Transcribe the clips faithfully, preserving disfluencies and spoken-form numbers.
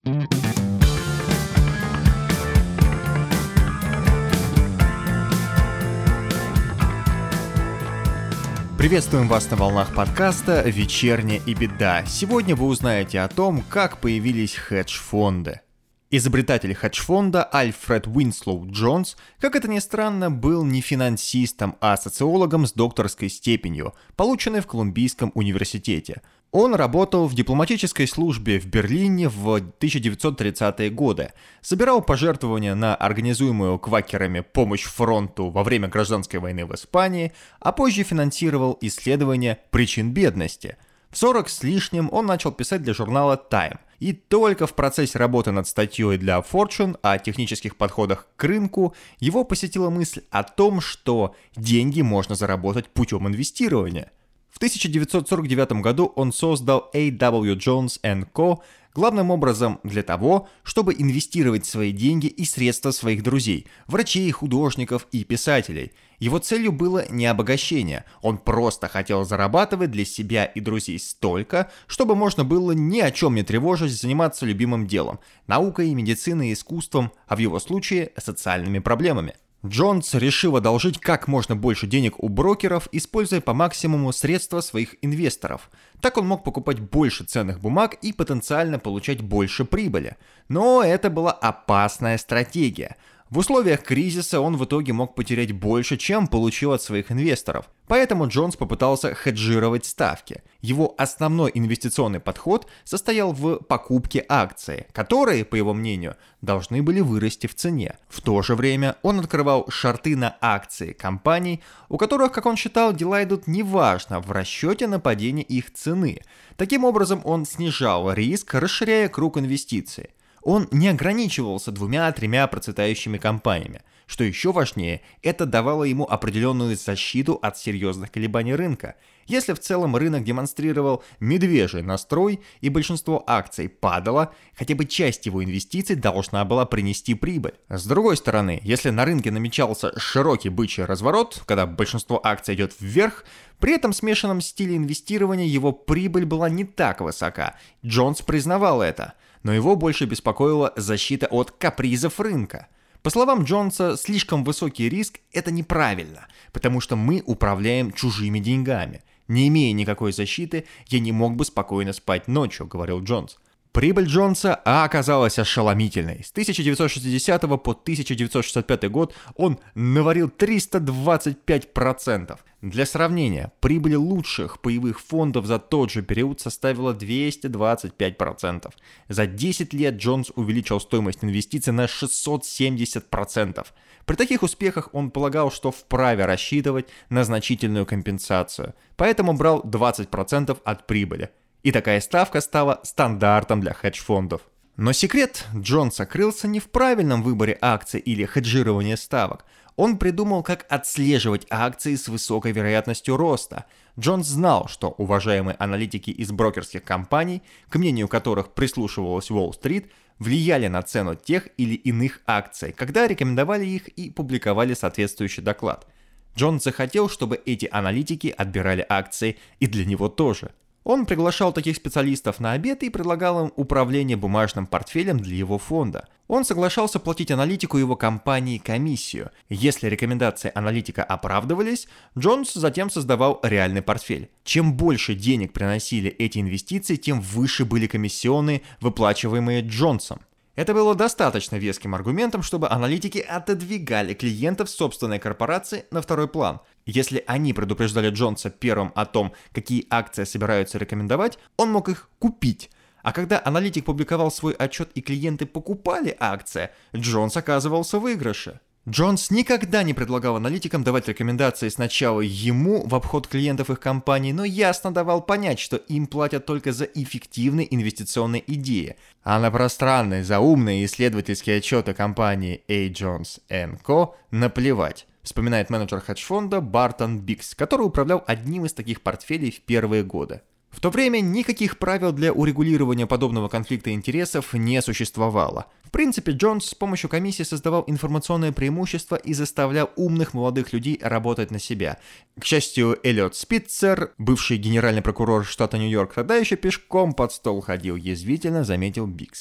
Приветствуем вас на волнах подкаста «Вечерняя и беда». Сегодня вы узнаете о том, как появились хедж-фонды. Изобретатель хедж-фонда Альфред Уинслоу Джонс, как это ни странно, был не финансистом, а социологом с докторской степенью, полученной в Колумбийском университете. Он работал в дипломатической службе в Берлине в тысяча девятьсот тридцатые годы, собирал пожертвования на организуемую квакерами помощь фронту во время гражданской войны в Испании, а позже финансировал исследования причин бедности. В сорок с лишним он начал писать для журнала Time. И только в процессе работы над статьей для Fortune о технических подходах к рынку его посетила мысль о том, что деньги можно заработать путем инвестирования. В тысяча девятьсот сорок девятом году он создал эй дабл ю Jones энд Co. главным образом для того, чтобы инвестировать свои деньги и средства своих друзей, врачей, художников и писателей. Его целью было не обогащение, он просто хотел зарабатывать для себя и друзей столько, чтобы можно было ни о чем не тревожась заниматься любимым делом – наукой, медициной, искусством, а в его случае – социальными проблемами. Джонс решил одолжить как можно больше денег у брокеров, используя по максимуму средства своих инвесторов. Так он мог покупать больше ценных бумаг и потенциально получать больше прибыли. Но это была опасная стратегия. В условиях кризиса он в итоге мог потерять больше, чем получил от своих инвесторов. Поэтому Джонс попытался хеджировать ставки. Его основной инвестиционный подход состоял в покупке акций, которые, по его мнению, должны были вырасти в цене. В то же время он открывал шорты на акции компаний, у которых, как он считал, дела идут неважно в расчете на падение их цены. Таким образом, он снижал риск, расширяя круг инвестиций. Он не ограничивался двумя-тремя процветающими компаниями. Что еще важнее, это давало ему определенную защиту от серьезных колебаний рынка. Если в целом рынок демонстрировал медвежий настрой и большинство акций падало, хотя бы часть его инвестиций должна была принести прибыль. С другой стороны, если на рынке намечался широкий бычий разворот, когда большинство акций идет вверх, при этом смешанном стиле инвестирования его прибыль была не так высока. Джонс признавал это. Но его больше беспокоила защита от капризов рынка. По словам Джонса, слишком высокий риск – это неправильно, потому что мы управляем чужими деньгами. Не имея никакой защиты, я не мог бы спокойно спать ночью, говорил Джонс. Прибыль Джонса оказалась ошеломительной. С тысяча девятьсот шестидесятого по тысяча девятьсот шестьдесят пятый год он наварил триста двадцать пять процентов. Для сравнения, прибыль лучших паевых фондов за тот же период составила двести двадцать пять процентов. За десять лет Джонс увеличил стоимость инвестиций на шестьсот семьдесят процентов. При таких успехах он полагал, что вправе рассчитывать на значительную компенсацию, поэтому брал двадцать процентов от прибыли. И такая ставка стала стандартом для хедж-фондов. Но секрет Джонса крылся не в правильном выборе акций или хеджировании ставок. Он придумал, как отслеживать акции с высокой вероятностью роста. Джонс знал, что уважаемые аналитики из брокерских компаний, к мнению которых прислушивалась Уолл-стрит, влияли на цену тех или иных акций, когда рекомендовали их и публиковали соответствующий доклад. Джонс захотел, чтобы эти аналитики отбирали акции и для него тоже. Он приглашал таких специалистов на обед и предлагал им управление бумажным портфелем для его фонда. Он соглашался платить аналитику его компании комиссию. Если рекомендации аналитика оправдывались, Джонс затем создавал реальный портфель. Чем больше денег приносили эти инвестиции, тем выше были комиссионные, выплачиваемые Джонсом. Это было достаточно веским аргументом, чтобы аналитики отодвигали клиентов собственной корпорации на второй план. Если они предупреждали Джонса первым о том, какие акции собираются рекомендовать, он мог их купить. А когда аналитик публиковал свой отчет и клиенты покупали акции, Джонс оказывался в выигрыше. Джонс никогда не предлагал аналитикам давать рекомендации сначала ему в обход клиентов их компании, но ясно давал понять, что им платят только за эффективные инвестиционные идеи, а на пространные, заумные исследовательские отчеты компании эй Jones энд Co. наплевать, вспоминает менеджер хедж-фонда Бартон Бикс, который управлял одним из таких портфелей в первые годы. В то время никаких правил для урегулирования подобного конфликта интересов не существовало. В принципе, Джонс с помощью комиссии создавал информационное преимущество и заставлял умных молодых людей работать на себя. К счастью, Эллиот Спитцер, бывший генеральный прокурор штата Нью-Йорк, тогда еще пешком под стол ходил, язвительно заметил Бикс. С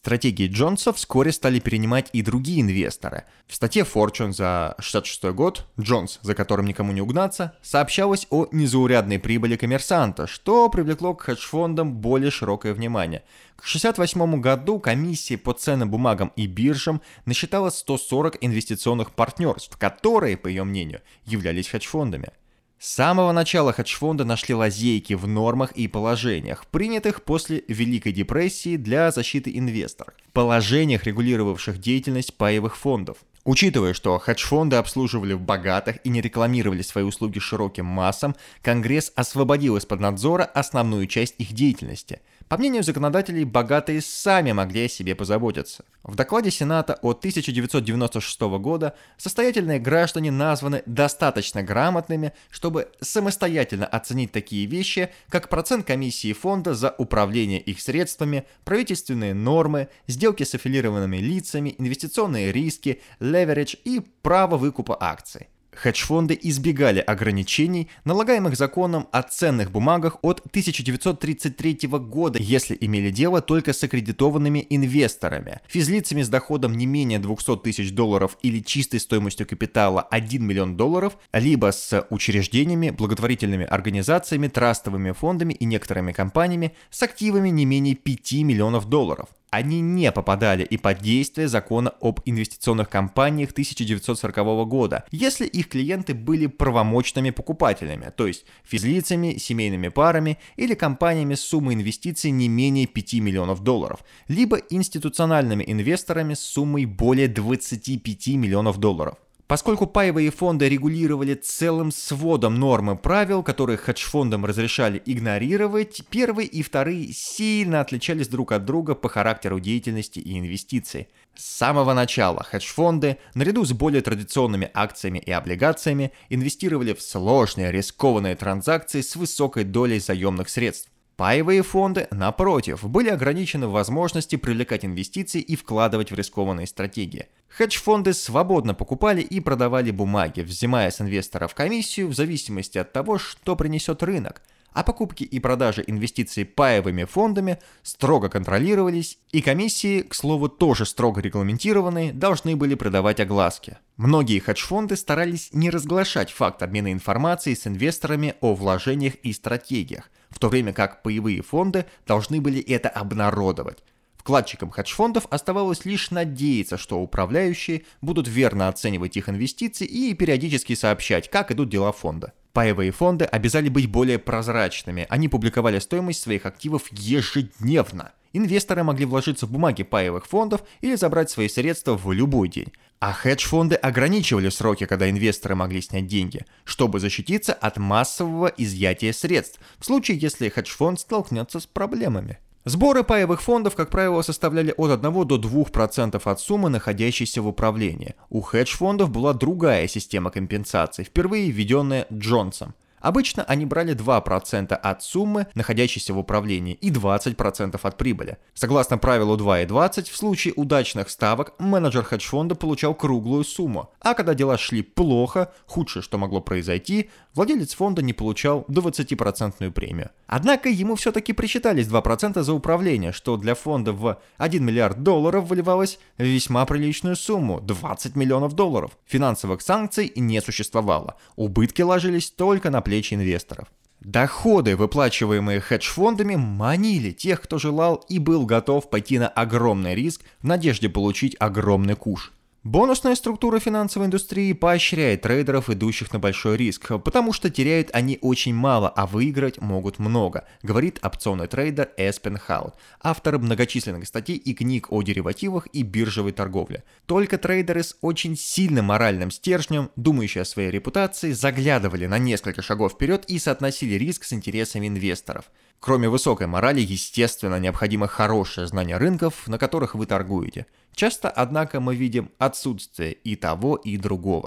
Стратегии Джонса вскоре стали перенимать и другие инвесторы. В статье Fortune за шестьдесят шестой год Джонс, за которым никому не угнаться, сообщалось о незаурядной прибыли коммерсанта, что привлекло к хедж-фондам более широкое внимание. К шестьдесят восьмому году комиссия по ценным бумагам и биржам насчитала сто сорок инвестиционных партнерств, которые, по ее мнению, являлись хедж-фондами. С самого начала хедж-фонды нашли лазейки в нормах и положениях, принятых после Великой депрессии для защиты инвесторов, положениях, регулировавших деятельность паевых фондов. Учитывая, что хедж-фонды обслуживали богатых и не рекламировали свои услуги широким массам, Конгресс освободил из-под надзора основную часть их деятельности. По мнению законодателей, богатые сами могли о себе позаботиться. В докладе Сената от тысяча девятьсот девяносто шестого года состоятельные граждане названы достаточно грамотными, чтобы самостоятельно оценить такие вещи, как процент комиссии фонда за управление их средствами, правительственные нормы, сделки с аффилированными лицами, инвестиционные риски, леверидж и право выкупа акций. Хедж-фонды избегали ограничений, налагаемых законом о ценных бумагах от тысяча девятьсот тридцать третьего года, если имели дело только с аккредитованными инвесторами, физлицами с доходом не менее двухсот тысяч долларов или чистой стоимостью капитала один миллион долларов, либо с учреждениями, благотворительными организациями, трастовыми фондами и некоторыми компаниями с активами не менее пяти миллионов долларов. Они не попадали и под действие закона об инвестиционных компаниях тысяча девятьсот сорокового года, если их клиенты были правомочными покупателями, то есть физлицами, семейными парами или компаниями с суммой инвестиций не менее пяти миллионов долларов, либо институциональными инвесторами с суммой более двадцати пяти миллионов долларов. Поскольку паевые фонды регулировали целым сводом норм и правил, которые хедж-фондам разрешали игнорировать, первые и вторые сильно отличались друг от друга по характеру деятельности и инвестиций. С самого начала хедж-фонды, наряду с более традиционными акциями и облигациями, инвестировали в сложные рискованные транзакции с высокой долей заемных средств. Паевые фонды, напротив, были ограничены в возможности привлекать инвестиции и вкладывать в рискованные стратегии. Хедж-фонды свободно покупали и продавали бумаги, взимая с инвесторов комиссию в зависимости от того, что принесет рынок. А покупки и продажи инвестиций паевыми фондами строго контролировались, и комиссии, к слову, тоже строго регламентированные, должны были придавать огласке. Многие хедж-фонды старались не разглашать факт обмена информацией с инвесторами о вложениях и стратегиях, в то время как паевые фонды должны были это обнародовать. Вкладчикам хедж-фондов оставалось лишь надеяться, что управляющие будут верно оценивать их инвестиции и периодически сообщать, как идут дела фонда. Паевые фонды обязали быть более прозрачными, они публиковали стоимость своих активов ежедневно. Инвесторы могли вложиться в бумаги паевых фондов или забрать свои средства в любой день. А хедж-фонды ограничивали сроки, когда инвесторы могли снять деньги, чтобы защититься от массового изъятия средств, в случае, если хедж-фонд столкнется с проблемами. Сборы паевых фондов, как правило, составляли от одного до двух процентов от суммы, находящейся в управлении. У хедж-фондов была другая система компенсации, впервые введенная Джонсом. Обычно они брали два процента от суммы, находящейся в управлении, и двадцать процентов от прибыли. Согласно правилу два и двадцать, в случае удачных ставок менеджер хедж-фонда получал круглую сумму, а когда дела шли плохо, худшее, что могло произойти, владелец фонда не получал двадцатипроцентную премию. Однако ему все-таки присчитались два процента за управление, что для фонда в один миллиард долларов выливалось в весьма приличную сумму – двадцать миллионов долларов. Финансовых санкций не существовало, убытки ложились только на плечи инвесторов. Доходы, выплачиваемые хедж-фондами, манили тех, кто желал и был готов пойти на огромный риск в надежде получить огромный куш. Бонусная структура финансовой индустрии поощряет трейдеров, идущих на большой риск, потому что теряют они очень мало, а выиграть могут много, говорит опционный трейдер Эспен Хаут, автор многочисленных статей и книг о деривативах и биржевой торговле. Только трейдеры с очень сильным моральным стержнем, думающие о своей репутации, заглядывали на несколько шагов вперед и соотносили риск с интересами инвесторов. Кроме высокой морали, естественно, необходимо хорошее знание рынков, на которых вы торгуете. Часто, однако, мы видим отсутствие и того, и другого.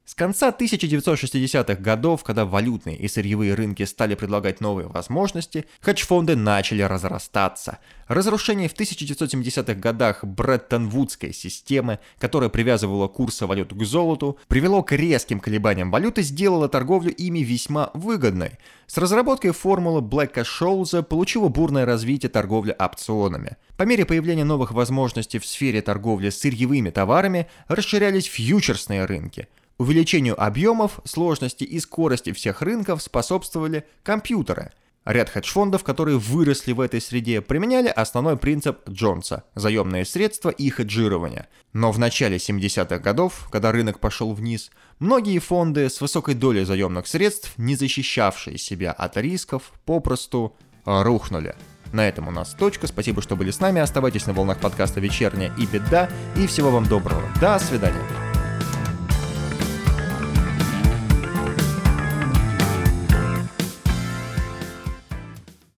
С конца тысяча девятьсот шестидесятых годов, когда валютные и сырьевые рынки стали предлагать новые возможности, хедж-фонды начали разрастаться. Разрушение в тысяча девятьсот семидесятых годах Бреттон-Вудской системы, которая привязывала курсы валют к золоту, привело к резким колебаниям валюты, сделало торговлю ими весьма выгодной. С разработкой формулы Блэка-Шоулза получила бурное развитие торговля опционами. По мере появления новых возможностей в сфере торговли сырьевыми товарами расширялись фьючерсные рынки. Увеличению объемов, сложности и скорости всех рынков способствовали компьютеры. Ряд хедж-фондов, которые выросли в этой среде, применяли основной принцип Джонса – заемные средства и хеджирование. Но в начале семидесятых годов, когда рынок пошел вниз, многие фонды с высокой долей заемных средств, не защищавшие себя от рисков, попросту рухнули. На этом у нас точка. Спасибо, что были с нами. Оставайтесь на волнах подкаста «Вечерняя и беда». И всего вам доброго. До свидания.